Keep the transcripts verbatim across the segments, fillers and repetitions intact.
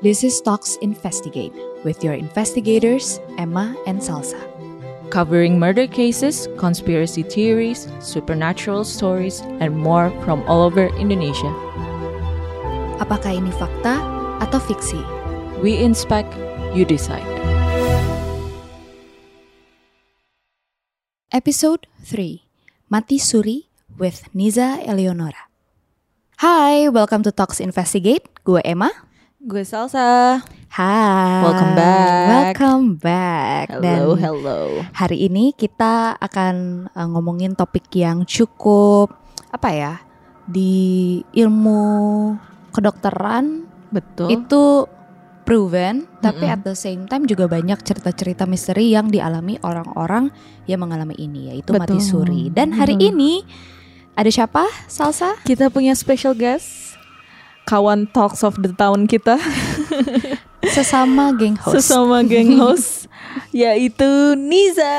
This is Talks Investigate with your investigators, Emma and Salsa. Covering murder cases, conspiracy theories, supernatural stories, and more from all over Indonesia. Apakah ini fakta atau fiksi? We inspect, you decide. Episode three, Mati Suri with Niza Eleonora. Hai, welcome to Talks Investigate. Gue Emma. Gue Salsa. Hai. Welcome back. Welcome back. Hello, Dan hello. hari ini kita akan uh, ngomongin topik yang cukup apa ya, di ilmu kedokteran. Betul. Itu proven, tapi Mm-mm. at the same time juga banyak cerita-cerita misteri yang dialami orang-orang yang mengalami ini, yaitu mati Betul. suri. Dan hari Mm. ini ada siapa, Salsa? Kita punya special guest, kawan Talks of the Town kita, Sesama geng host. sesama geng host, yaitu Niza.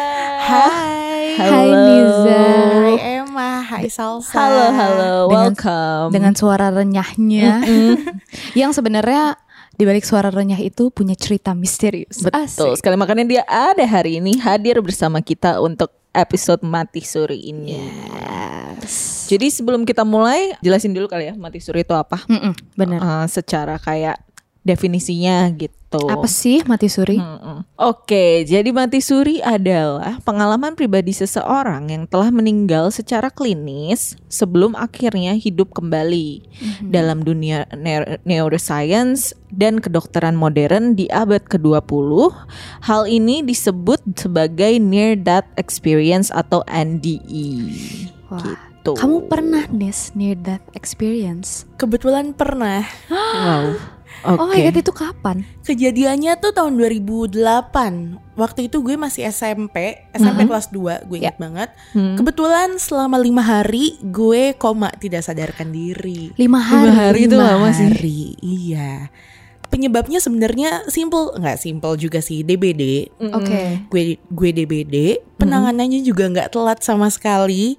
Hai. Halo. Hai Niza. Hai Emma, hai Salsa. Halo, halo, Dengan- welcome. Dengan suara renyahnya, yang sebenarnya di balik suara renyah itu punya cerita misterius. Betul Asik. sekali, makanya dia ada hari ini hadir bersama kita untuk episode Mati Suri ini. Yes. Jadi sebelum kita mulai, jelasin dulu kali ya Mati Suri itu apa? Mm-mm, bener. Eh, secara kayak definisinya gitu. Apa sih mati suri? Mm-mm. Oke, jadi mati suri adalah pengalaman pribadi seseorang yang telah meninggal secara klinis sebelum akhirnya hidup kembali. Dalam dunia ne- neuroscience dan kedokteran modern di abad kedua puluh, hal ini disebut sebagai near death experience atau N D E. Wah. Gitu. Kamu pernah Nis near death experience? Kebetulan pernah. Wow. Oke. Oh my god, itu kapan? Kejadiannya tuh tahun dua ribu delapan. Waktu itu gue masih S M P, S M P kelas dua, gue ingat banget. Hmm. Kebetulan selama lima hari gue koma, tidak sadarkan diri. Lima hari. Lima hari itu Lima lama sih. hari, iya. Penyebabnya sebenarnya simple, nggak simple juga sih, D B D. Oke. Gue gue D B D, penanganannya juga nggak telat sama sekali.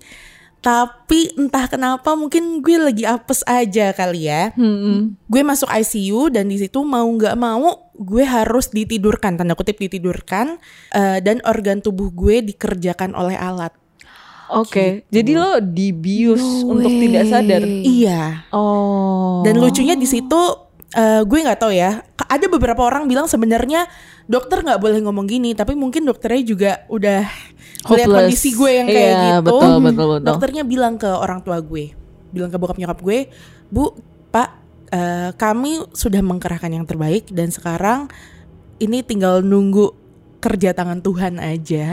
Tapi entah kenapa mungkin gue lagi apes aja kali ya. Hmm. Gue masuk I C U dan di situ mau nggak mau gue harus ditidurkan, tanda kutip ditidurkan, eh, dan organ tubuh gue dikerjakan oleh alat. Oke, jadi lo dibius No untuk way. tidak sadar. Iya. Oh. Dan lucunya di situ eh, gue nggak tahu ya. Ada beberapa orang bilang sebenarnya dokter nggak boleh ngomong gini, tapi mungkin dokternya juga udah melihat Hopeless. kondisi gue yang kayak Iya, gitu. betul, betul, betul. Dokternya bilang ke orang tua gue, bilang ke bokap nyokap gue, Bu, Pak, eh, kami sudah mengkerahkan yang terbaik dan sekarang ini tinggal nunggu kerja tangan Tuhan aja.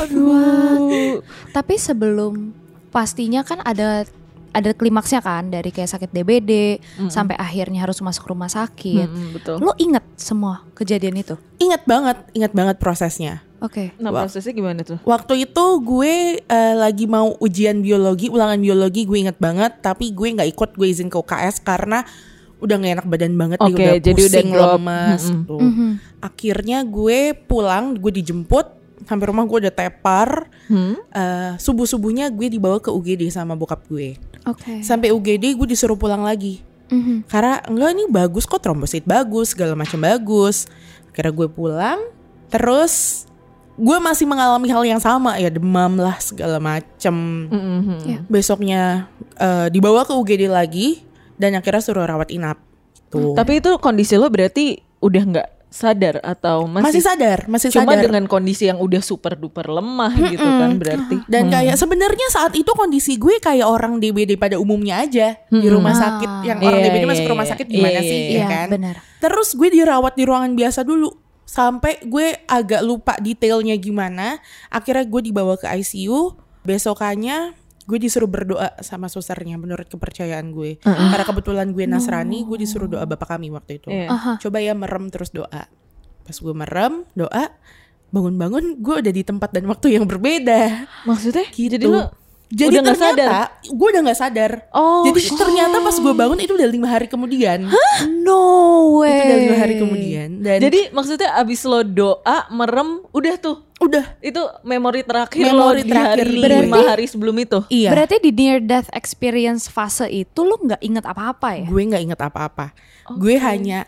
Aduh. Tapi sebelum pastinya kan ada ada klimaksnya kan, dari kayak sakit D B D sampai akhirnya harus masuk rumah sakit. Mm-mm, betul. Lo inget semua kejadian itu? Ingat banget, ingat banget prosesnya. Oke. Nah, prosesnya gimana tuh? Waktu itu gue eh, lagi mau ujian biologi, ulangan biologi, gue inget banget. Tapi gue gak ikut, gue izin ke U K S karena udah gak enak badan banget nih, Oke, udah jadi udah pusing, drop. lemas Mm-mm. tuh. Mhm. Akhirnya gue pulang, gue dijemput. Sampai rumah gue udah tepar. Hmm? Eh, Subuh-subuhnya gue dibawa ke U G D sama bokap gue. Oke. Sampai U G D gue disuruh pulang lagi. Mhm. Karena enggak, ini bagus kok, trombosit bagus, segala macam bagus. Akhirnya gue pulang. Terus gue masih mengalami hal yang sama ya, demam lah segala macem. Mm-mm. Ya. Besoknya eh, dibawa ke U G D lagi dan akhirnya suruh rawat inap. Tuh. Tapi itu kondisi lo berarti udah nggak sadar atau masih, masih sadar, masih cuma sadar. dengan kondisi yang udah super duper lemah gitu kan berarti. Dan Hmm. kayak sebenarnya saat itu kondisi gue kayak orang D B D pada umumnya aja di Hmm. rumah Ah. sakit. Yang orang Iya, D B D iya, masuk ke rumah iya. sakit gimana Iya, sih, iya, ya Iya, kan? benar. Terus gue dirawat di ruangan biasa dulu sampai gue agak lupa detailnya gimana. Akhirnya gue dibawa ke I C U. Besokannya gue disuruh berdoa sama susternya menurut kepercayaan gue. Karena kebetulan gue Nasrani, gue disuruh doa Bapak kami waktu itu. Iya. Aha. Coba ya merem terus doa. Pas gue merem, doa, bangun-bangun gue udah di tempat dan waktu yang berbeda. Maksudnya? Gitu. Jadi lo Jadi udah nggak sadar? ternyata gue udah gak sadar. Oh, Jadi shit. ternyata pas gue bangun itu udah lima hari kemudian. No way. Itu udah lima hari kemudian. Dan Jadi maksudnya abis lo doa merem udah tuh. udah. Itu memori terakhir Memori lo di terakhir hari gue. lima hari sebelum itu. Iya. Berarti di near death experience fase itu lo nggak inget apa-apa ya? Gue nggak inget apa-apa. Gue hanya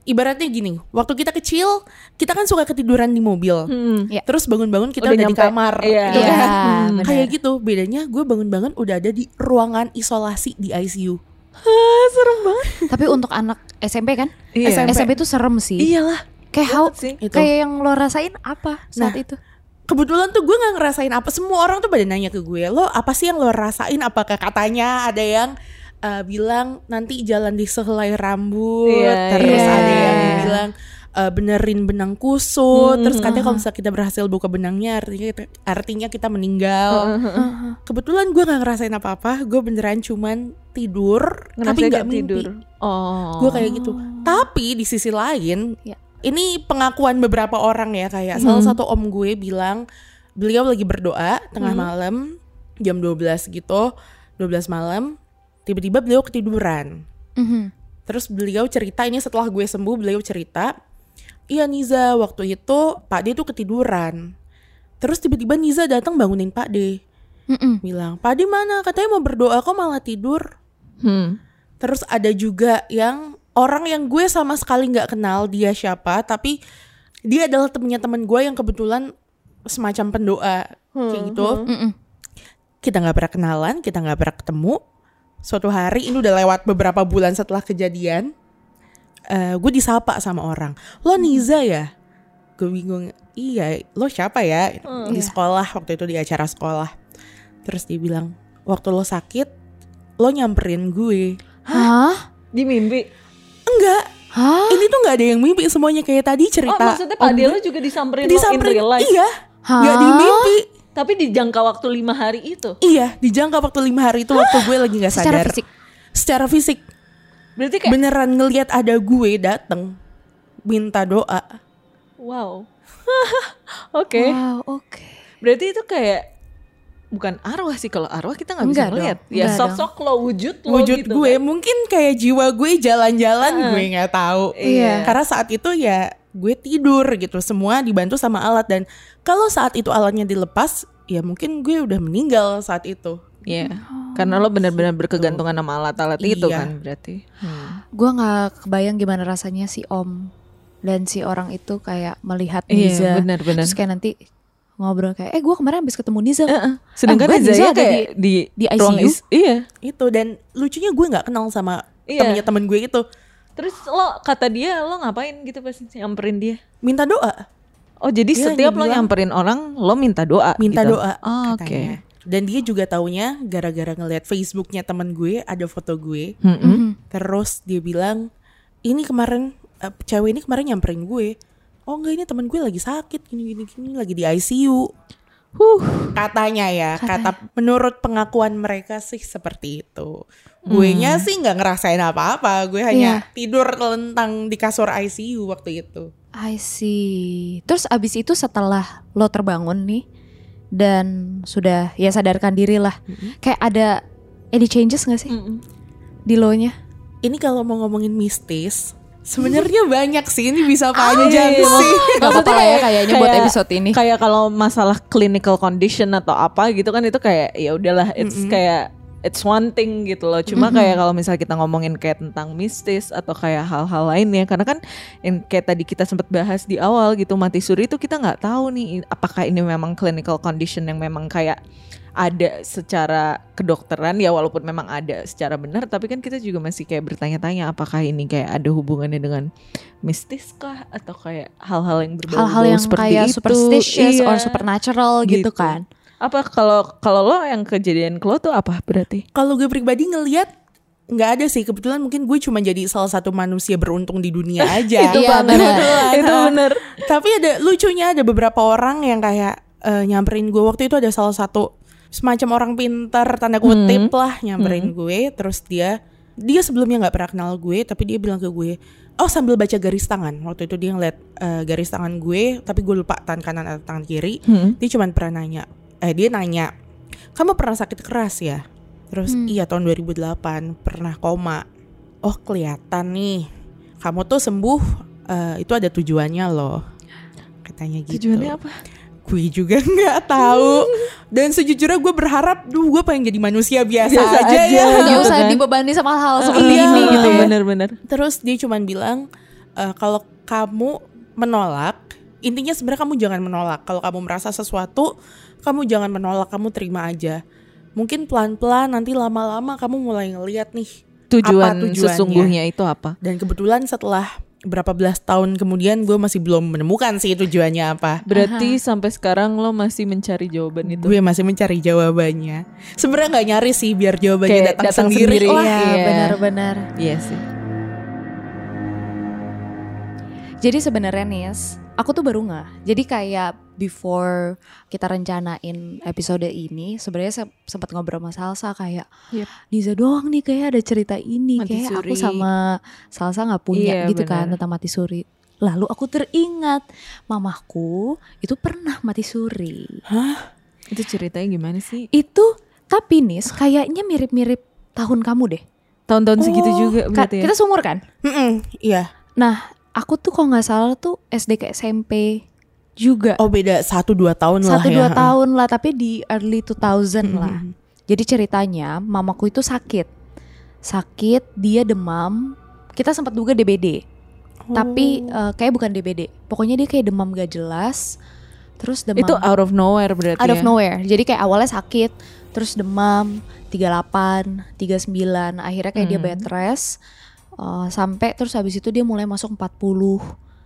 ibaratnya gini, waktu kita kecil kita kan suka ketiduran di mobil, Hmm. Ya. terus bangun-bangun kita Udah udah, di nyampe. kamar, Iya. gitu kan? Iya, Hmm, benar. kayak gitu. Bedanya gue bangun-bangun udah ada di ruangan isolasi di I C U. Ah, serem banget. Tapi untuk anak S M P kan? Iya. S M P itu serem sih. Iyalah. Kayak how, Banget sih. Itu. kayak yang lo rasain apa saat Nah, itu? Kebetulan tuh gue nggak ngerasain apa. Semua orang tuh pada nanya ke gue, lo apa sih yang lo rasain? Apakah katanya ada yang uh, bilang nanti jalan di sehelai rambut, Iya, terus iya. ada yang bilang uh, benerin benang kusut, terus katanya kalau misalnya kita berhasil buka benangnya artinya kita, artinya kita meninggal. Kebetulan gue nggak ngerasain apa-apa. Gue beneran cuman tidur, tapi Ngerasain nggak kayak mimpi. tidur. Oh. Gue kayak gitu. Tapi di sisi lain, Ya. ini pengakuan beberapa orang ya, kayak salah satu om gue bilang beliau lagi berdoa tengah malam jam dua belas gitu, dua belas malam, tiba-tiba beliau ketiduran. Mhm. Terus beliau cerita, ini setelah gue sembuh, beliau cerita, iya Niza waktu itu Pak D tuh ketiduran. Terus tiba-tiba Niza datang bangunin Pak D, Mm-mm. bilang, Pak D mana? Katanya mau berdoa kok malah tidur. Hmm. Terus ada juga yang orang yang gue sama sekali nggak kenal dia siapa, tapi dia adalah temennya temen gue yang kebetulan semacam pendoa kayak gitu. Mm-mm. Kita nggak pernah kenalan, kita nggak pernah ketemu. Suatu hari, ini udah lewat beberapa bulan setelah kejadian, eh, gue disapa sama orang, lo Niza ya? Gue bingung, iya lo siapa ya? Di Iya. sekolah, waktu itu di acara sekolah. Terus dia bilang, waktu lo sakit, lo nyamperin gue. Hah? Di mimpi. Enggak, Hah? ini tuh nggak ada yang mimpi, semuanya kayak tadi Oh, cerita. maksudnya Pak om Delo gue juga disamperin, disamperin, lo in real life. iya, Hah? nggak di mimpi. Tapi di jangka waktu lima hari itu. Iya, di jangka waktu lima hari itu waktu gue lagi nggak Secara sadar. fisik. Secara fisik, Berarti kayak beneran ngelihat ada gue dateng minta doa. wow. Oke. Wow, oke. Berarti itu kayak bukan arwah sih, kalau arwah kita nggak bisa Enggak ngeliat. dong, Ya enggak sosok lo, wujud lo Wujud gitu. gue, kan. mungkin kayak jiwa gue jalan-jalan, gue nggak tahu. Iya. Karena saat itu ya gue tidur gitu, semua dibantu sama alat, dan kalau saat itu alatnya dilepas, ya mungkin gue udah meninggal saat itu. Iya. Karena lo benar-benar berkegantungan sama alat-alat itu Iya. kan berarti. Hmm. Gue nggak kebayang gimana rasanya si om dan si orang itu kayak melihat Iya, Niza. benar-benar. Terus kayak nanti ngobrol kayak, eh gue kemarin habis ketemu Niza. Heeh. Sedangkan Eh, enggak, Niza Niza ya ada kayak di, di I C U. ruang is- iya. Itu, dan lucunya gue nggak kenal sama Iya. temennya temen gue itu. Terus lo kata dia lo ngapain gitu pas nyamperin dia? Minta doa, Oh jadi Dia setiap hanya lo bilang, nyamperin orang lo minta doa minta gitu? doa Oh, Oke. katanya. Dan dia juga taunya gara-gara ngeliat Facebooknya temen gue, ada foto gue. Mm-mm. Terus dia bilang, ini kemarin eh, cewek ini kemarin nyamperin gue. Oh enggak, ini temen gue lagi sakit, gini-gini gini, lagi di I C U. Huh. Katanya ya, kata menurut pengakuan mereka sih seperti itu. Guenya sih nggak ngerasain apa-apa, gue hanya tidur telentang di kasur I C U waktu itu. I see. Terus abis itu setelah lo terbangun nih dan sudah ya sadarkan diri lah, kayak ada any changes gak sih Mm-mm. di lo nya? Ini kalau mau ngomongin mistis, sebenarnya banyak sih, ini bisa panjang iya, sih. Gak apa-apa lah ya kayaknya buat episode ini. Kayak kalau masalah clinical condition atau apa gitu kan itu kayak ya udahlah it's kayak it's one thing gitu loh. Cuma kayak kalau misalnya kita ngomongin kayak tentang mistis atau kayak hal-hal lainnya, karena kan yang kayak tadi kita sempat bahas di awal gitu, mati suri itu kita nggak tahu nih apakah ini memang clinical condition yang memang kayak ada secara kedokteran ya, walaupun memang ada secara benar, tapi kan kita juga masih kayak bertanya-tanya apakah ini kayak ada hubungannya dengan mistis kah atau kayak hal-hal yang berbau Hal-hal yang seperti kayak itu. superstitious Iya. or supernatural gitu, Gitu. kan. Apa kalau kalau lo yang kejadian ke lo tuh apa berarti? Kalau gue pribadi ngelihat nggak ada sih, kebetulan mungkin gue cuma jadi salah satu manusia beruntung di dunia aja. Itu Iya, benar. Kebetulan. Itu bener. Tapi ada lucunya, ada beberapa orang yang kayak eh, nyamperin gue waktu itu, ada salah satu semacam orang pintar tanda kutip lah nyamperin gue. Terus dia dia sebelumnya nggak pernah kenal gue, tapi dia bilang ke gue, oh sambil baca garis tangan. Waktu itu dia ngeliat eh, garis tangan gue, tapi gue lupa tangan kanan atau tangan kiri. Hmm. Dia cuma pernah nanya, eh dia nanya, kamu pernah sakit keras ya? Terus iya tahun dua ribu delapan pernah koma. Oh kelihatan nih, kamu tuh sembuh eh, itu ada tujuannya loh, katanya gitu. Tujuannya apa? Gue juga nggak tahu. Dan sejujurnya gue berharap, duh gue pengen jadi manusia biasa, Biasa aja, aja. ya. Nggak Gitu usah kan. dibebani sama hal-hal seperti Iya, ini gitu ya. Bener-bener. Terus dia cuman bilang, uh, kalau kamu menolak, intinya sebenarnya kamu jangan menolak. Kalau kamu merasa sesuatu, kamu jangan menolak, kamu terima aja. Mungkin pelan-pelan nanti lama-lama kamu mulai ngelihat nih tujuan apa tujuannya. Sesungguhnya itu apa. Dan kebetulan setelah berapa belas tahun kemudian gue masih belum menemukan sih tujuannya apa. Berarti Aha. sampai sekarang lo masih mencari jawaban itu. Gue masih mencari jawabannya. Sebenarnya nggak nyari sih biar jawabannya Kayak datang, datang sendiri, sendiri. lah. Iya, Iya. benar-benar. Iya sih. Jadi sebenarnya Nis, aku tuh baru nggak. Jadi kayak before kita rencanain episode ini, sebenarnya se- sempat ngobrol sama Salsa kayak, Yep. Niza doang nih kayak ada cerita ini, Mati kayak aku suri. sama Salsa nggak punya Iya, gitu kan benar. tentang mati suri. Lalu aku teringat, mamahku itu pernah mati suri. Hah? Itu ceritanya gimana sih? Itu tapi Nis kayaknya mirip-mirip tahun kamu deh. Tahun-tahun segitu Oh, juga Ka- berarti ya? Kita seumur kan? Mm-mm, iya. Nah, aku tuh kalau nggak salah tuh S D ke S M P juga. Oh beda satu dua tahun lah Satu ya. dua tahun lah, tapi di early two thousand lah. Mm-mm. Jadi ceritanya mamaku itu sakit, sakit dia demam. Kita sempat duga D B D, Oh. tapi eh, kayak bukan D B D. Pokoknya dia kayak demam gak jelas. Terus demam Itu out of nowhere berarti out of ya? nowhere. Jadi kayak awalnya sakit, terus demam tiga puluh delapan, tiga puluh sembilan. Akhirnya kayak dia Hmm. bed rest. Uh, sampai terus habis itu dia mulai masuk empat puluh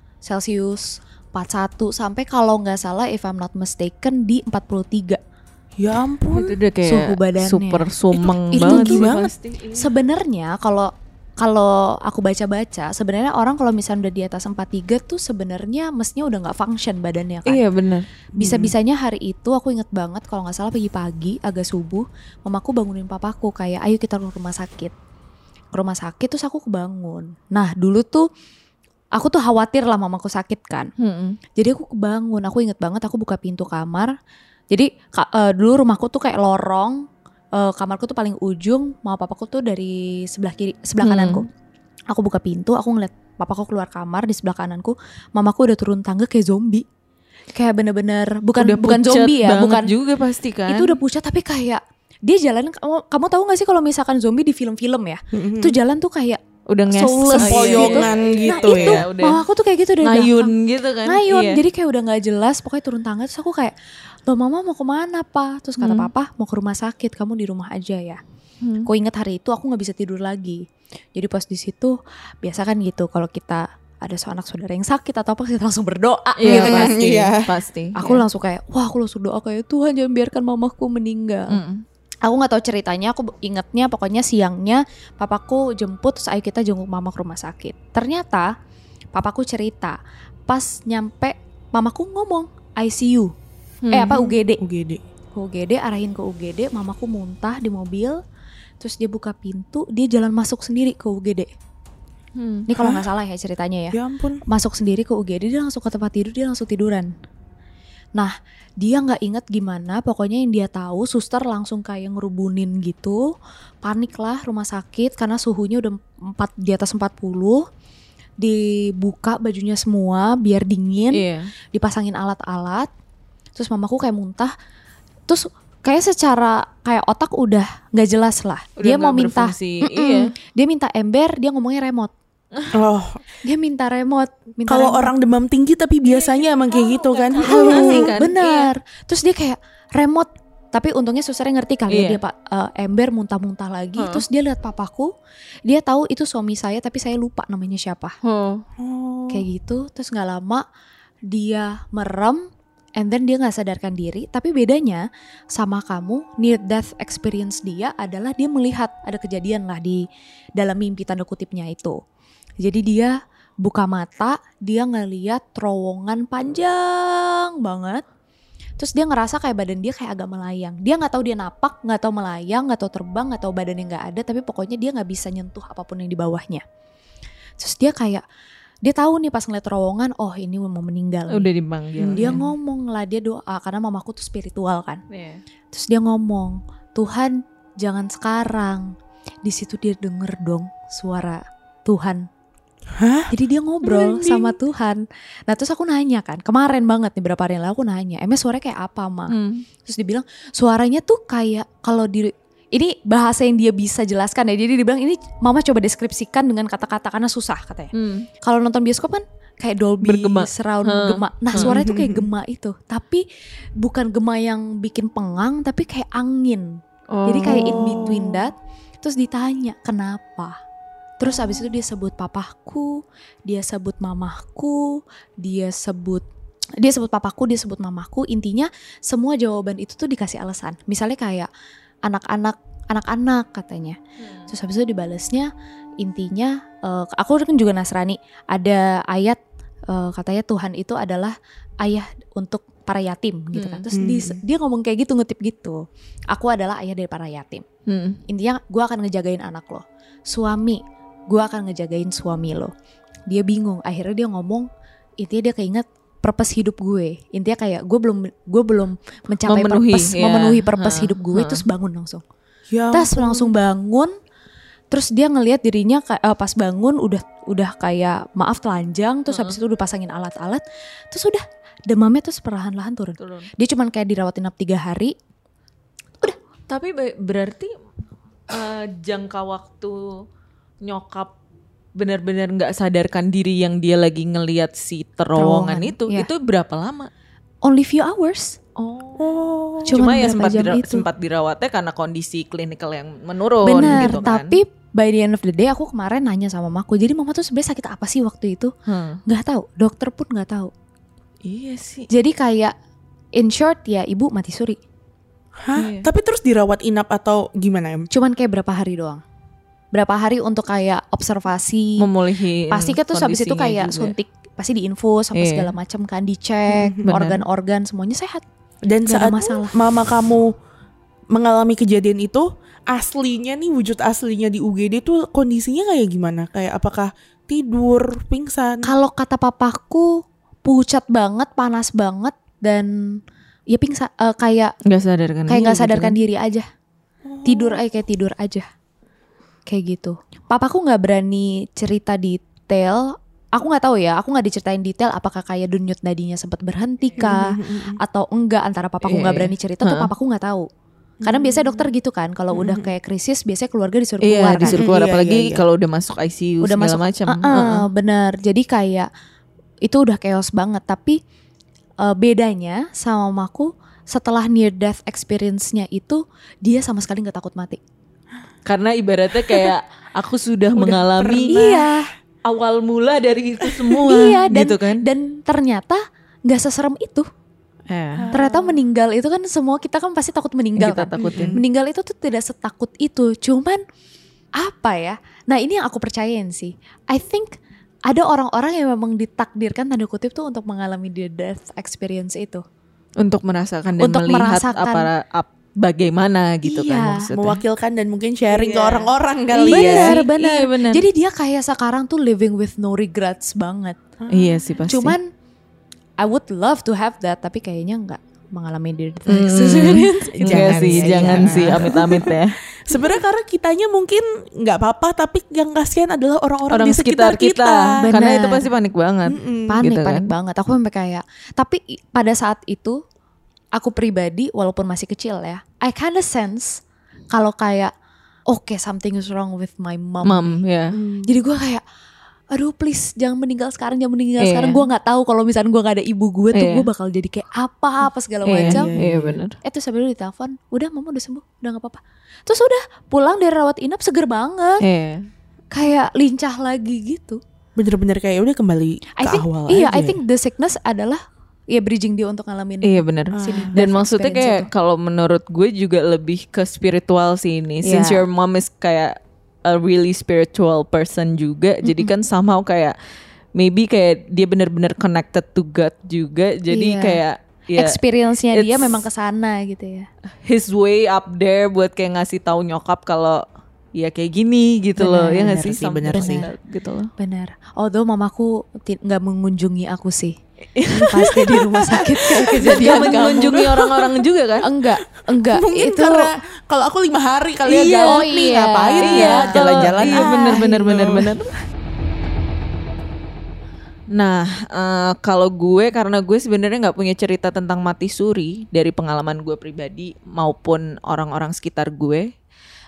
Celcius, empat puluh satu sampai kalau nggak salah if I'm not mistaken di empat puluh tiga. Ya ampun. Itu udah kayak Suhu badannya. super sumeng Itu- itu banget sih gimana? pasti. Sebenarnya kalau kalau aku baca-baca, sebenarnya orang kalau misalnya udah di atas empat puluh tiga tuh sebenarnya mestinya udah nggak function badannya kan. Iya benar. Bisa-bisanya hari itu aku inget banget kalau nggak salah pagi-pagi agak subuh, mamaku bangunin papaku kayak ayo kita ke rumah sakit. Ke rumah sakit terus aku kebangun. Nah dulu tuh aku tuh khawatir lah mamaku sakit kan. Hmm. Jadi aku kebangun, aku inget banget aku buka pintu kamar. Jadi ka- eh, dulu rumahku tuh kayak lorong, eh, kamarku tuh paling ujung, mama papaku tuh dari sebelah kiri, sebelah Hmm. kananku. Aku buka pintu, aku ngeliat papaku keluar kamar di sebelah kananku, mamaku udah turun tangga kayak zombie. Kayak bener-bener bukan Udah bukan pucat zombie ya, banget bukan juga pasti kan. itu udah pucat tapi kayak dia jalan, kamu, kamu tahu gak sih kalau misalkan zombie di film-film ya, Mm-mm. itu jalan tuh kayak udah nges soulless Sempoyongan gitu nah itu ya. udah. mama aku tuh kayak gitu dari ngayun belakang. gitu kan. Ngayun, Iya. jadi kayak udah nggak jelas. Pokoknya turun tangga terus aku kayak, loh mama mau kemana pa? Terus kata Hmm. papa mau ke rumah sakit, kamu di rumah aja ya. Hmm. Aku inget hari itu aku nggak bisa tidur lagi. Jadi pas di situ biasa kan gitu kalau kita ada seorang anak saudara yang sakit atau apa kita langsung berdoa. Iya gitu kan. pasti, Iya. pasti. Aku Iya. langsung kayak, wah aku langsung doa kayak Tuhan jangan biarkan mamaku meninggal. Mm-mm. Aku nggak tahu ceritanya, aku ingetnya pokoknya siangnya papaku jemput terus ayo kita jenguk mama ke rumah sakit. Ternyata papaku cerita pas nyampe mamaku ngomong I C U, eh apa U G D, U G D. ke U G D arahin ke U G D, mamaku muntah di mobil, terus dia buka pintu, dia jalan masuk sendiri ke U G D. Hmm. Ini kalau nggak salah ya ceritanya ya. Ya ampun. Masuk sendiri ke U G D, dia langsung ke tempat tidur, dia langsung tiduran. Nah, dia nggak inget gimana, pokoknya yang dia tahu suster langsung kayak ngerubunin gitu, panik lah rumah sakit karena suhunya udah empat di atas empat puluh, dibuka bajunya semua biar dingin, Iya. dipasangin alat-alat, terus mamaku kayak muntah, terus kayak secara kayak otak udah nggak jelas lah, Udah dia nggak mau minta, berfungsi. Mm-mm. Iya. dia minta ember, dia ngomongnya remote, Oh, dia minta remote, minta kalau remote. orang demam tinggi tapi biasanya emang kayak gitu kan. tahu ngasih kan? Bener. Terus dia kayak remote. Tapi untungnya susternya ngerti kali ya Iya. dia pak eh, ember muntah-muntah lagi. Heeh. Terus dia lihat papaku. Dia tahu itu suami saya tapi saya lupa namanya siapa. Oh. Oh. Kayak gitu. Terus nggak lama dia merem. And then dia nggak sadarkan diri. Tapi bedanya sama kamu, near death experience dia adalah dia melihat ada kejadian lah di dalam mimpi tanda kutipnya itu. Jadi dia buka mata, dia ngeliat terowongan panjang banget. Terus dia ngerasa kayak badan dia kayak agak melayang. Dia nggak tahu dia napak, nggak tahu melayang, nggak tahu terbang, nggak tahu badannya nggak ada. Tapi pokoknya dia nggak bisa nyentuh apapun yang di bawahnya. Terus dia kayak dia tahu nih pas ngeliat terowongan, oh ini mau meninggal. nih. Udah dipanggil. Dia ngomong lah, dia doa karena mamaku tuh spiritual kan. Iya. Terus dia ngomong, Tuhan jangan sekarang. Di situ dia denger dong suara Tuhan. Hah? Jadi dia ngobrol Merinding. sama Tuhan. Nah terus aku nanya kan, kemarin banget nih berapa hari yang lalu aku nanya, emang suaranya kayak apa ma? Hmm. Terus dia bilang suaranya tuh kayak kalau di ini bahasa yang dia bisa jelaskan ya. Jadi dia bilang ini mama coba deskripsikan dengan kata-kata karena susah katanya. Hmm. Kalau nonton bioskop kan kayak Dolby Bergema. surround Hmm. gema. Nah suaranya tuh kayak gema itu. Tapi bukan gema yang bikin pengang, tapi kayak angin. Oh. Jadi kayak in between that. Terus ditanya kenapa. Terus abis itu dia sebut papaku, dia sebut mamaku, dia sebut dia sebut papaku, dia sebut mamaku. Intinya semua jawaban itu tuh dikasih alasan. Misalnya kayak anak-anak, anak-anak katanya. Hmm. Terus habis itu dibalesnya intinya, uh, aku kan juga Nasrani. Ada ayat uh, katanya Tuhan itu adalah ayah untuk para yatim gitu kan. Terus hmm. dia, dia ngomong kayak gitu, ngutip gitu. Aku adalah ayah dari para yatim. Hmm. Intinya gue akan ngejagain anak lo. Suami, gue akan ngejagain suami lo. Dia bingung. Akhirnya dia ngomong, intinya dia keinget purpose hidup gue. Intinya kayak gue belum gue belum mencapai memenuhi, purpose, ya. memenuhi purpose ha, hidup gue. ha. Terus bangun langsung. Ya, terus langsung bangun. Terus dia ngelihat dirinya uh, pas bangun udah udah kayak maaf telanjang. Terus uh-huh. habis itu udah pasangin alat-alat. Terus udah demamnya terus perlahan-lahan turun. turun. Dia cuman kayak dirawat inap tiga hari. Udah. Tapi berarti uh, jangka waktu nyokap benar-benar nggak sadarkan diri yang dia lagi ngelihat si terowongan, terowongan itu, yeah. itu berapa lama? Only few hours. Oh, cuma ya sempat dira- sempat dirawatnya karena kondisi klinikal yang menurun. Benar, gitu kan. Tapi by the end of the day aku kemarin nanya sama mamaku. Jadi mama tuh sebenarnya sakit apa sih waktu itu? Hmm. Gak tahu, dokter pun gak tahu. Iya sih. Jadi kayak in short ya ibu mati suri. Hah? Iya. Tapi terus dirawat inap atau gimana em? Cuman kayak berapa hari doang. Berapa hari untuk kayak observasi, memulihin. Pasti kan terus habis itu kayak juga. Suntik, pasti diinfus apa yeah. segala macam kan, dicek organ-organ semuanya sehat. Dan gak saat masalah. Mama kamu mengalami kejadian itu, aslinya nih wujud aslinya di U G D tuh kondisinya kayak gimana? Kayak apakah tidur, pingsan? Kalau kata papaku pucat banget, panas banget dan ya pingsan uh, kayak nggak sadarkan kayak nggak sadarkan gitu. diri aja. Oh. Tidur aja kayak tidur aja. Kayak gitu. Papaku nggak berani cerita detail. Aku nggak tahu ya. Aku nggak diceritain detail. Apakah kayak denyut nadinya sempat berhenti kah atau enggak? Antara papaku nggak berani cerita tuh papaku nggak tahu. Karena biasanya dokter gitu kan. Kalau udah kayak krisis, biasanya keluarga disuruh keluar. Iya, disuruh keluar. Kan? Apalagi iya, iya, iya. kalau udah masuk I C U udah segala masuk, macam. Uh, uh, uh. Bener. Jadi kayak itu udah chaos banget. Tapi uh, bedanya sama mamaku setelah near death experience-nya itu dia sama sekali nggak takut mati. Karena ibaratnya kayak aku sudah mengalami iya. awal mula dari itu semua. Iya, dan, gitu kan. Dan ternyata nggak seserem itu. Eh. Ternyata meninggal itu kan semua kita kan pasti takut meninggal. Kita kan? takutin. Meninggal itu tuh tidak setakut itu. Cuman apa ya? Nah ini yang aku percayain sih. I think ada orang-orang yang memang ditakdirkan tanda kutip tuh untuk mengalami the death experience itu. Untuk merasakan dan untuk melihat merasakan, apa, apa bagaimana gitu iya, kan maksudnya. Mewakilkan dan mungkin sharing iya. ke orang-orang kali bener, ya. Bener, bener. Iya, bener. Jadi dia kayak sekarang tuh living with no regrets banget. Hmm. Iya sih pasti. Cuman I would love to have that, tapi kayaknya enggak mengalami the death experience. Hmm. Jangan sih, jangan sih, amit-amit ya. Sebenarnya karena kitanya mungkin nggak apa-apa, tapi yang kasihan adalah orang-orang orang di sekitar, sekitar kita. kita. Karena itu pasti panik banget. Mm-mm. Panik, gitu panik kan? banget. Aku sampai kayak, tapi pada saat itu aku pribadi walaupun masih kecil ya, I kinda sense kalau kayak oke okay, something is wrong with my mom. Mom, ya. Yeah. Hmm. Jadi gue kayak aduh please jangan meninggal sekarang, jangan meninggal yeah. sekarang. Gue nggak tahu kalau misalnya gue nggak ada ibu gue tuh yeah. gue bakal jadi kayak apa apa segala yeah, macam. Iya yeah, yeah, benar. Eh terus habis itu ditelepon, udah mama udah sembuh, udah nggak apa-apa. Terus udah pulang dari rawat inap seger banget, yeah. kayak lincah lagi gitu. Bener-bener kayak udah kembali ke I think, awal iya, aja. I think the sickness adalah ya bridging dia untuk ngalamin. Iya benar. Ah. Dan maksudnya kayak kalau menurut gue juga lebih ke spiritual sih ini. Yeah. Since your mom is kayak a really spiritual person juga, mm-hmm. jadi kan somehow kayak maybe kayak dia benar-benar connected to God juga. Jadi yeah. kayak ya, experience-nya dia memang kesana gitu ya. His way up there buat kayak ngasih tahu nyokap kalau ya kayak gini gitu bener, loh. Ya nggak sih, sih benar sih gitu loh. Benar. Although mamaku nggak mengunjungi aku sih. Pasti di rumah sakit kayak kejadian kamu. Mengunjungi orang-orang juga kan? Enggak, enggak. Mungkin itu karena kalau aku lima hari kali iya, ya oh nih iya. ngapain iya, ya jalan-jalan. Iya ah, benar-benar gitu. benar-benar. Nah, uh, kalau gue karena gue sebenarnya nggak punya cerita tentang mati suri dari pengalaman gue pribadi maupun orang-orang sekitar gue.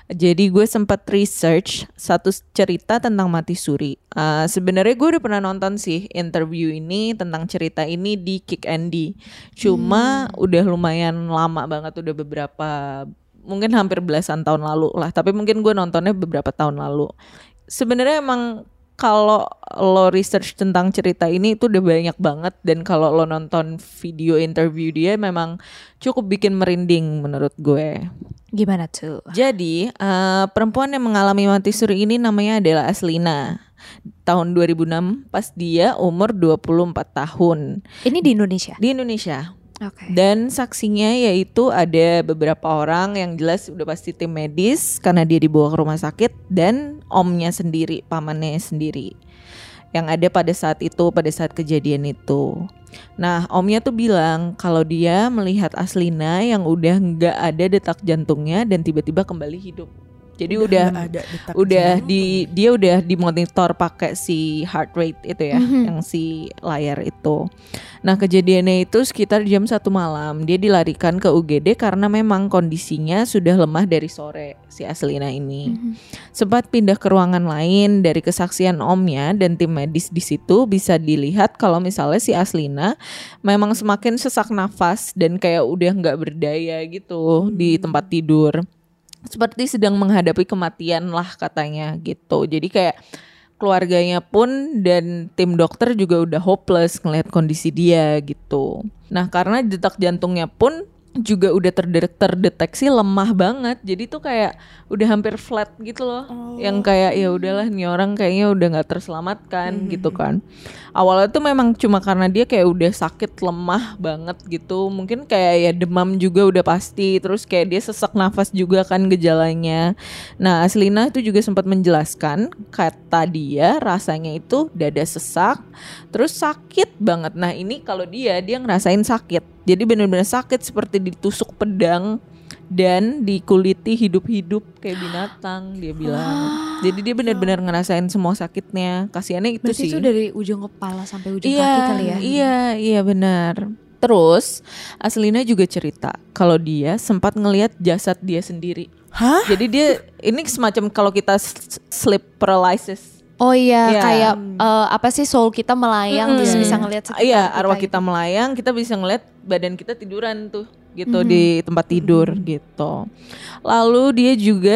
Jadi gue sempat research satu cerita tentang mati suri. Uh, Sebenarnya gue udah pernah nonton sih interview ini tentang cerita ini di Kick Andy. Cuma hmm. udah lumayan lama banget, udah beberapa, mungkin hampir belasan tahun lalu lah. Tapi mungkin gue nontonnya beberapa tahun lalu. Sebenarnya emang kalau lo research tentang cerita ini itu udah banyak banget, dan kalau lo nonton video interview dia memang cukup bikin merinding menurut gue. Gimana tuh? Jadi uh, perempuan yang mengalami mati suri ini namanya adalah Aslina. Tahun dua ribu enam pas dia umur dua puluh empat tahun. Ini di Indonesia? Di Indonesia. Okay. Dan saksinya yaitu ada beberapa orang yang jelas udah pasti tim medis karena dia dibawa ke rumah sakit, dan omnya sendiri, pamannya sendiri yang ada pada saat itu, pada saat kejadian itu. Nah, omnya tuh bilang kalau dia melihat Aslina yang udah nggak ada detak jantungnya dan tiba-tiba kembali hidup. Jadi udah udah, ada udah di dia udah dimonitor pakai si heart rate itu ya, mm-hmm. yang si layar itu. Nah, kejadiannya itu sekitar jam satu malam. Dia dilarikan ke U G D karena memang kondisinya sudah lemah dari sore si Aslina ini. Mm-hmm. Sempat pindah ke ruangan lain. Dari kesaksian omnya dan tim medis di situ bisa dilihat kalau misalnya si Aslina memang semakin sesak nafas dan kayak udah nggak berdaya gitu mm-hmm. di tempat tidur. Seperti sedang menghadapi kematian lah katanya gitu. Jadi kayak keluarganya pun dan tim dokter juga udah hopeless ngelihat kondisi dia gitu. Nah, karena detak jantungnya pun juga udah terdetek, terdeteksi lemah banget. Jadi tuh kayak udah hampir flat gitu loh. Oh. Yang kayak ya udahlah nih orang kayaknya udah nggak terselamatkan mm-hmm. gitu kan. Awalnya tuh memang cuma karena dia kayak udah sakit lemah banget gitu. Mungkin kayak ya demam juga udah pasti. Terus kayak dia sesak nafas juga kan gejalanya. Nah, Aslina itu juga sempat menjelaskan kata dia rasanya itu dada sesak, terus sakit banget. Nah, ini kalau dia dia ngerasain sakit. Jadi benar-benar sakit seperti ditusuk pedang dan dikuliti hidup-hidup kayak binatang, dia bilang. Jadi dia benar-benar ngerasain semua sakitnya. Kasiannya itu berarti sih. Itu dari ujung kepala sampai ujung iya, kaki kali ya. Iya, iya benar. Terus Aslina juga cerita kalau dia sempat ngelihat jasad dia sendiri. Hah? Jadi dia ini semacam kalau kita sleep paralysis. Oh iya, yeah. kayak uh, apa sih soul kita melayang, mm-hmm. terus bisa ngelihat sekitar iya, kita. arwah kita itu. melayang, kita bisa ngelihat badan kita tiduran tuh gitu mm-hmm. di tempat tidur mm-hmm. gitu. Lalu dia juga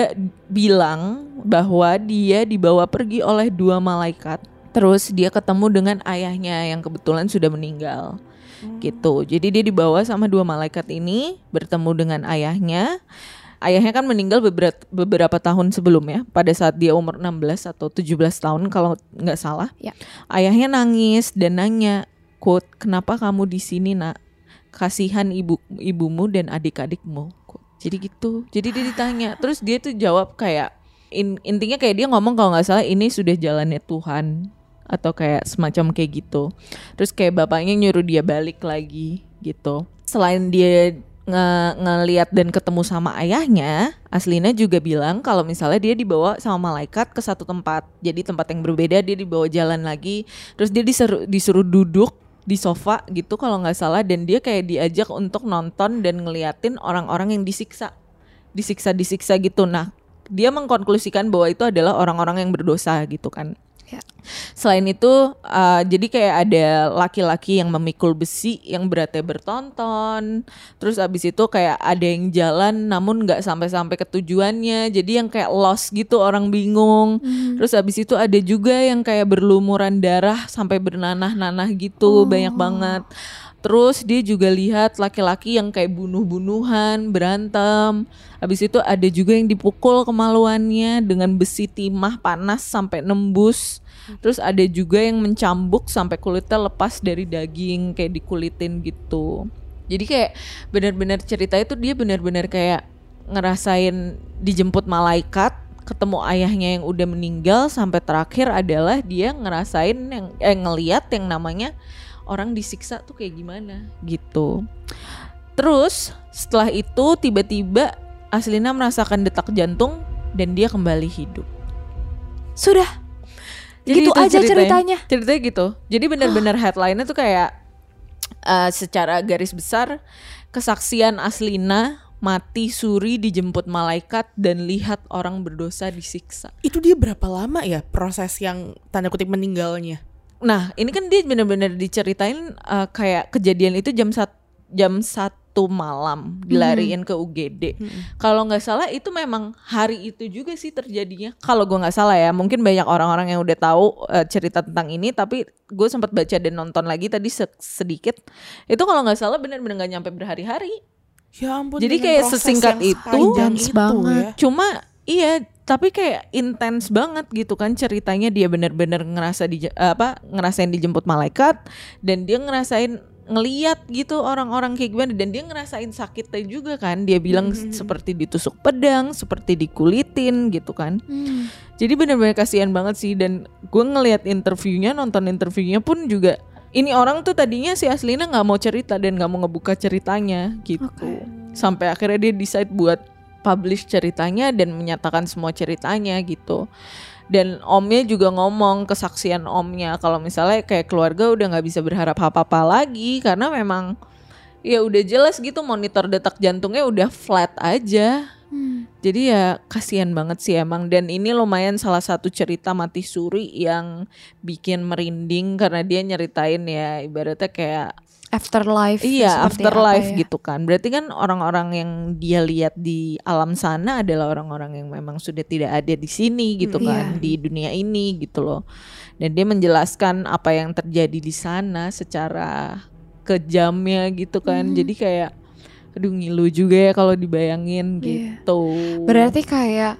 bilang bahwa dia dibawa pergi oleh dua malaikat. Terus dia ketemu dengan ayahnya yang kebetulan sudah meninggal. Mm. Gitu. Jadi dia dibawa sama dua malaikat ini bertemu dengan ayahnya. Ayahnya kan meninggal beberapa, beberapa tahun sebelumnya, pada saat dia umur enam belas atau tujuh belas tahun kalau nggak salah. Ya. Ayahnya nangis dan nanya, quote, kenapa kamu di sini nak? Kasihan ibu ibumu dan adik-adikmu. Quote. Jadi gitu. Jadi dia ditanya, terus dia tuh jawab kayak in, intinya kayak dia ngomong kalau nggak salah ini sudah jalannya Tuhan atau kayak semacam kayak gitu. Terus kayak bapaknya nyuruh dia balik lagi gitu. Selain dia Nge- ngeliat dan ketemu sama ayahnya, Aslina juga bilang kalau misalnya dia dibawa sama malaikat ke satu tempat. Jadi tempat yang berbeda, dia dibawa jalan lagi. Terus dia disuruh, disuruh duduk di sofa gitu kalau nggak salah, dan dia kayak diajak untuk nonton dan ngeliatin orang-orang yang disiksa, disiksa-disiksa gitu. Nah, dia mengkonklusikan bahwa itu adalah orang-orang yang berdosa gitu kan. Ya. Selain itu uh, jadi kayak ada laki-laki yang memikul besi yang beratnya bertonton. Terus abis itu kayak ada yang jalan namun gak sampai-sampai ke tujuannya. Jadi yang kayak lost gitu, orang bingung. hmm. Terus abis itu ada juga yang kayak berlumuran darah sampai bernanah-nanah gitu. oh. Banyak banget. Terus dia juga lihat laki-laki yang kayak bunuh-bunuhan, berantem. Habis itu ada juga yang dipukul kemaluannya dengan besi timah panas sampai nembus. Terus ada juga yang mencambuk sampai kulitnya lepas dari daging, kayak dikulitin gitu. Jadi kayak benar-benar cerita itu dia benar-benar kayak ngerasain dijemput malaikat, ketemu ayahnya yang udah meninggal, sampai terakhir adalah dia ngerasain yang eh ngelihat yang namanya orang disiksa tuh kayak gimana gitu. Terus setelah itu tiba-tiba Aslina merasakan detak jantung dan dia kembali hidup. Sudah. Jadi gitu aja ceritanya. Ceritanya gitu. Jadi benar-benar headline-nya tuh kayak uh, secara garis besar kesaksian Aslina mati suri dijemput malaikat dan lihat orang berdosa disiksa. Itu dia berapa lama ya proses yang tanda kutip meninggalnya? Nah ini kan dia benar-benar diceritain uh, kayak kejadian itu jam satu jam satu malam dilariin ke U G D. Hmm. Kalau nggak salah itu memang hari itu juga sih terjadinya. Kalau gue nggak salah ya, mungkin banyak orang-orang yang udah tahu uh, cerita tentang ini, tapi gue sempat baca dan nonton lagi tadi se- sedikit. Itu kalau nggak salah benar-benar nggak nyampe berhari-hari. Ya ampun. Jadi kayak sesingkat itu, intens banget. Ya. Cuma iya, tapi kayak intens banget gitu kan ceritanya. Dia benar-benar ngerasa di apa ngerasain dijemput malaikat dan dia ngerasain ngeliat gitu orang-orang kayak gimana, dan dia ngerasain sakitnya juga kan. Dia bilang mm-hmm. seperti ditusuk pedang, seperti dikulitin gitu kan. Mm. Jadi benar-benar kasihan banget sih. Dan gue ngeliat interviewnya, nonton interviewnya pun juga, ini orang tuh tadinya si aslinya nggak mau cerita dan nggak mau ngebuka ceritanya gitu. Okay. Sampai akhirnya dia decide buat publish ceritanya dan menyatakan semua ceritanya gitu. Dan omnya juga ngomong, kesaksian omnya, kalau misalnya kayak keluarga udah gak bisa berharap apa-apa lagi karena memang ya udah jelas gitu monitor detak jantungnya udah flat aja. hmm. Jadi ya kasihan banget sih emang. Dan ini lumayan salah satu cerita mati suri yang bikin merinding karena dia nyeritain ya ibaratnya kayak afterlife. Iya, afterlife ya? gitu kan. Berarti kan orang-orang yang dia lihat di alam sana adalah orang-orang yang memang sudah tidak ada di sini gitu hmm, kan, iya. di dunia ini gitu loh. Dan dia menjelaskan apa yang terjadi di sana secara kejamnya gitu kan. Hmm. Jadi kayak aduh ngilu juga ya kalau dibayangin iya. gitu. Berarti kayak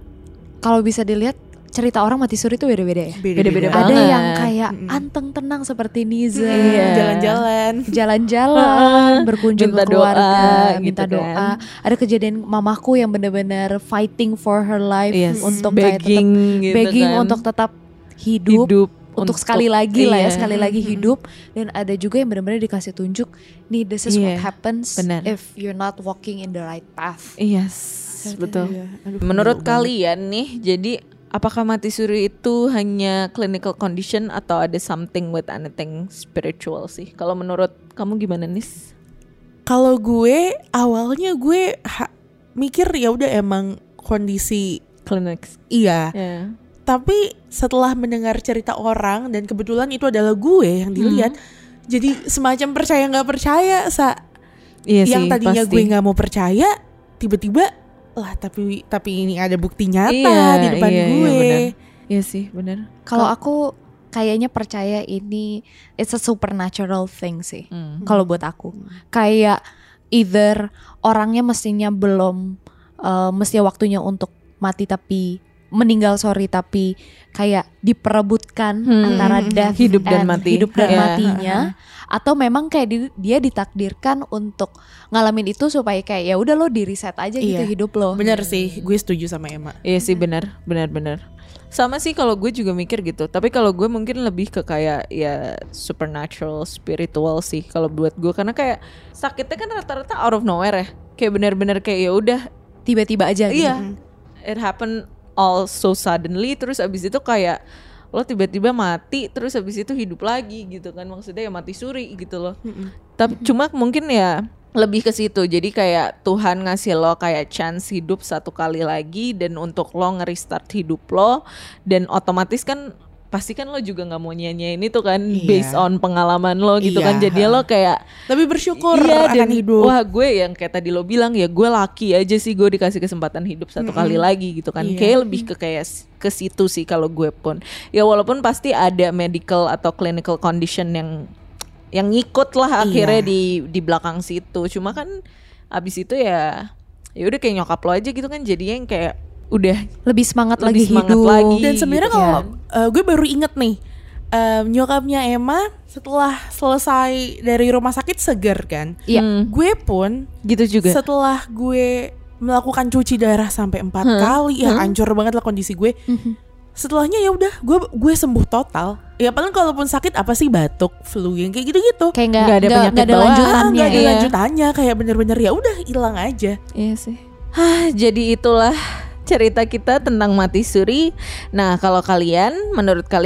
kalau bisa dilihat cerita orang mati suri itu beda-beda ya. Beda-beda Ada banget. yang kayak mm. anteng tenang seperti Niza, iya. jalan-jalan, jalan-jalan, berkunjung minta ke keluarga, doa, minta gitu doa. Kan. Ada kejadian mamaku yang benar-benar fighting for her life, yes. untuk begging, kayak tetap gitu begging kan. untuk tetap hidup, hidup untuk, untuk sekali lagi iya. lah ya, sekali lagi hidup. Dan ada juga yang benar-benar dikasih tunjuk, nih this is yeah. what happens Bener. if you're not walking in the right path. Yes, betul. Iya. Aduh, menurut kalian nih, jadi apakah mati suri itu hanya clinical condition atau ada something with anything spiritual sih? Kalau menurut kamu gimana Nis? Kalau gue awalnya gue ha- mikir ya udah emang kondisi klinis. Iya. Yeah. Tapi setelah mendengar cerita orang dan kebetulan itu adalah gue yang dilihat, hmm. jadi semacam percaya nggak percaya sa. Iya yang sih, tadinya pasti. gue nggak mau percaya, tiba-tiba lah tapi tapi ini ada bukti nyata iya, di depan iya, gue. Iya, iya sih benar. Kalau aku kayaknya percaya ini it's a supernatural thing sih. Hmm. Kalau buat aku hmm. kayak either orangnya mestinya belum uh, mestinya waktunya untuk mati tapi meninggal sorry tapi kayak diperebutkan hmm. antara death hidup dan mati hidup dan yeah. matinya. Atau memang kayak di, dia ditakdirkan untuk ngalamin itu supaya kayak ya udah lo di reset aja iya. gitu hidup lo. Bener sih, gue setuju sama Emma. Iya sih benar, benar-benar. Sama sih kalau gue juga mikir gitu. Tapi kalau gue mungkin lebih ke kayak ya supernatural, spiritual sih kalau buat gue, karena kayak sakitnya kan rata-rata out of nowhere ya. Kayak benar-benar kayak ya udah tiba-tiba aja gitu. Iya. It happened all so suddenly, terus abis itu kayak lo tiba-tiba mati terus habis itu hidup lagi gitu kan, maksudnya ya mati suri gitu loh. Mm-hmm. Tapi cuma mungkin ya lebih ke situ, jadi kayak Tuhan ngasih lo kayak chance hidup satu kali lagi dan untuk lo nge-restart hidup lo, dan otomatis kan pasti kan lo juga nggak mau nyanyiin itu kan iya. based on pengalaman lo gitu iya. kan, jadi lo kayak lebih bersyukur iya, akan dan, hidup. Wah gue yang kayak tadi lo bilang ya gue lucky aja sih gue dikasih kesempatan hidup satu mm-hmm. kali lagi gitu kan, iya. kayak lebih ke kayak ke situ sih kalau gue pun ya, walaupun pasti ada medical atau clinical condition yang yang ngikut lah akhirnya iya. di di belakang situ, cuma kan abis itu ya ya udah kayak nyokap lo aja gitu kan, jadinya yang kayak udah lebih semangat lebih lagi semangat hidup lagi. Dan sebenarnya gitu kalau kan. uh, gue baru inget nih uh, nyokapnya Emma setelah selesai dari rumah sakit seger kan. Iya. Hmm. Gue pun gitu juga. Setelah gue melakukan cuci darah sampai empat hmm. kali ya hmm. hancur banget lah kondisi gue. Hmm. Setelahnya ya udah gue gue sembuh total. Ya paling kalaupun sakit apa sih batuk, flu yang kayak gitu-gitu. Kayak nggak ada penyakit nggak ada lanjutannya. Nggak ada iya. lanjutannya, kayak bener-bener ya udah hilang aja. Iya sih. Hah, jadi itulah cerita kita tentang mati suri. Nah, kalau kalian, menurut kalian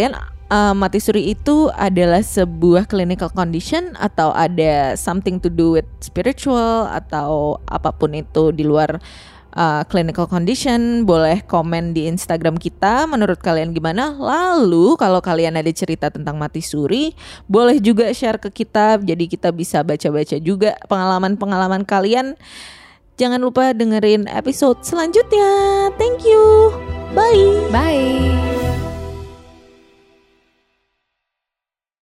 uh, mati suri itu adalah sebuah clinical condition atau ada something to do with spiritual atau apapun itu di luar Uh, clinical condition, boleh komen di Instagram kita menurut kalian gimana. Lalu kalau kalian ada cerita tentang mati suri, boleh juga share ke kita, jadi kita bisa baca-baca juga pengalaman-pengalaman kalian. Jangan lupa dengerin episode selanjutnya. Thank you. Bye. Bye.